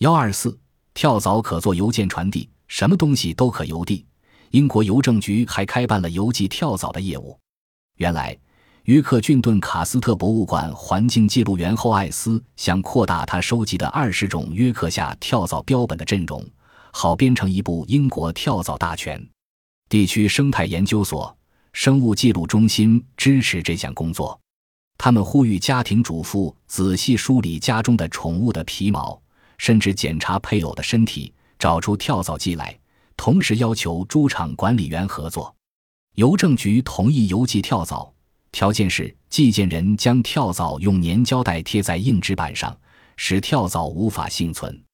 124跳蚤可做邮件传递，什么东西都可邮递。英国邮政局还开办了邮寄跳蚤的业务。原来约克郡顿卡斯特博物馆环境记录员后艾斯想扩大他收集的20种约克夏跳蚤标本的阵容，好编成一部英国跳蚤大全。地区生态研究所、生物记录中心支持这项工作。他们呼吁家庭主妇仔细梳理家中的宠物的皮毛，甚至检查配偶的身体，找出跳蚤剂来，同时要求猪场管理员合作。邮政局同意邮寄跳蚤，条件是寄件人将跳蚤用粘胶带贴在硬纸板上，使跳蚤无法幸存。